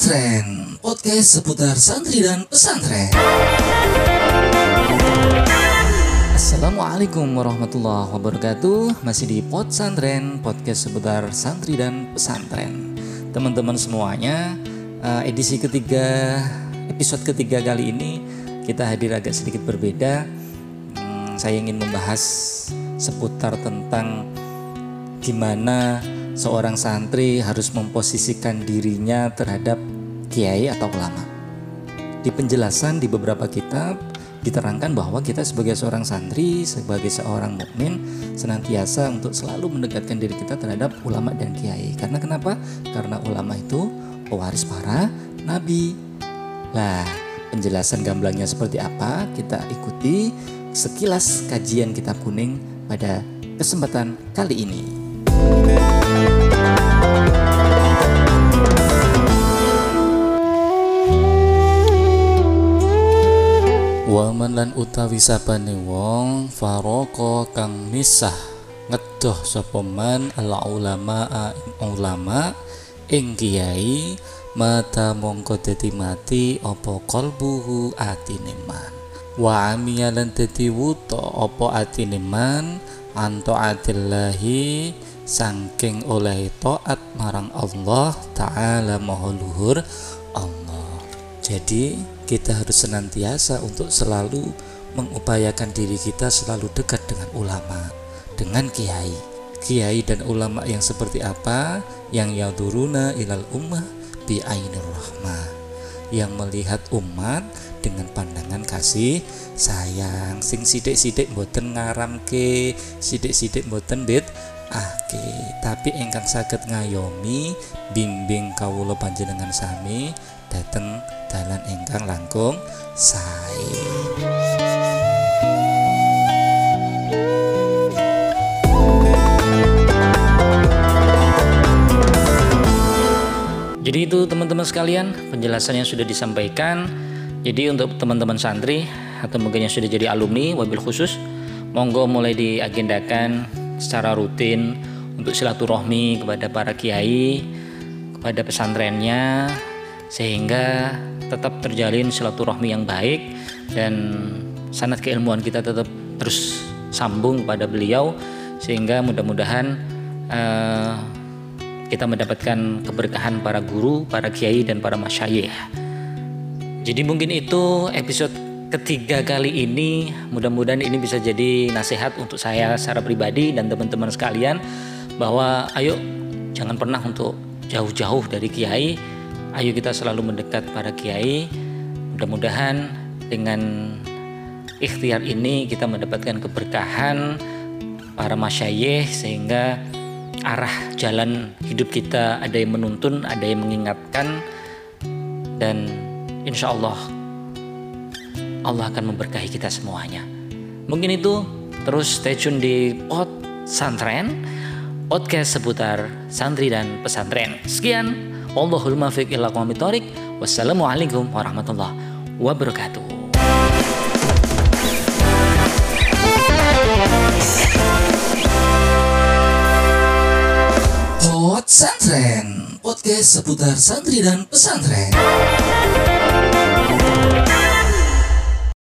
Pesantren, podcast seputar santri dan pesantren. Assalamualaikum warahmatullahi wabarakatuh. Masih di Pesantren, podcast seputar santri dan pesantren. Teman-teman semuanya, episode ketiga kali ini kita hadir agak sedikit berbeda. Saya ingin membahas seputar tentang gimana seorang santri harus memposisikan dirinya terhadap kiai atau ulama. Di penjelasan di beberapa kitab diterangkan bahwa kita sebagai seorang santri, sebagai seorang mukmin senantiasa untuk selalu mendekatkan diri kita terhadap ulama dan kiai. Karena kenapa? Karena ulama itu pewaris para nabi. Nah, penjelasan gamblangnya seperti apa? Kita ikuti sekilas kajian kitab kuning pada kesempatan kali ini. Waman lan utawi sapane wong faroko kang misah ngedoh sapa man al ulama ing kiai mata mongko dadi mati apa qalbuhu atine man wa amiyalan dadi wuta apa atine man anto atillahi saking oleh taat marang Allah Ta'ala Maha Luhur Allah. Jadi kita harus senantiasa untuk selalu mengupayakan diri kita selalu dekat dengan ulama, dengan kiai dan ulama yang seperti apa, yang yaduruna ilal ummah bi ainir rahmah, yang melihat umat dengan pandangan kasih sayang, sing sithik-sithik mboten ngaramke, sithik-sithik mboten tapi ingkang saged ngayomi bimbing kawula panjenengan sami dhateng dalan ingkang langkung sae. Jadi itu teman-teman sekalian, penjelasan yang sudah disampaikan. Jadi untuk teman-teman santri atau mungkin yang sudah jadi alumni wabil khusus, monggo mulai diagendakan secara rutin untuk silaturahmi kepada para kiai, kepada pesantrennya, sehingga tetap terjalin silaturahmi yang baik dan sanad keilmuan kita tetap terus sambung kepada beliau, sehingga mudah-mudahan kita mendapatkan keberkahan para guru, para kiai dan para masyayikh. Jadi mungkin itu episode ketiga kali ini, mudah-mudahan ini bisa jadi nasihat untuk saya secara pribadi dan teman-teman sekalian, bahwa ayo jangan pernah untuk jauh-jauh dari kiai, ayo kita selalu mendekat pada kiai. Mudah-mudahan dengan ikhtiar ini kita mendapatkan keberkahan para masyayikh, sehingga arah jalan hidup kita ada yang menuntun, ada yang mengingatkan, dan insya Allah akan memberkahi kita semuanya. Mungkin itu, terus stay tune di Pesantren, podcast seputar santri dan pesantren. Sekian, wallahul muwaffiq ila aqwamit thoriq. Wassalamualaikum warahmatullahi wabarakatuh. Pesantren, podcast seputar santri dan pesantren.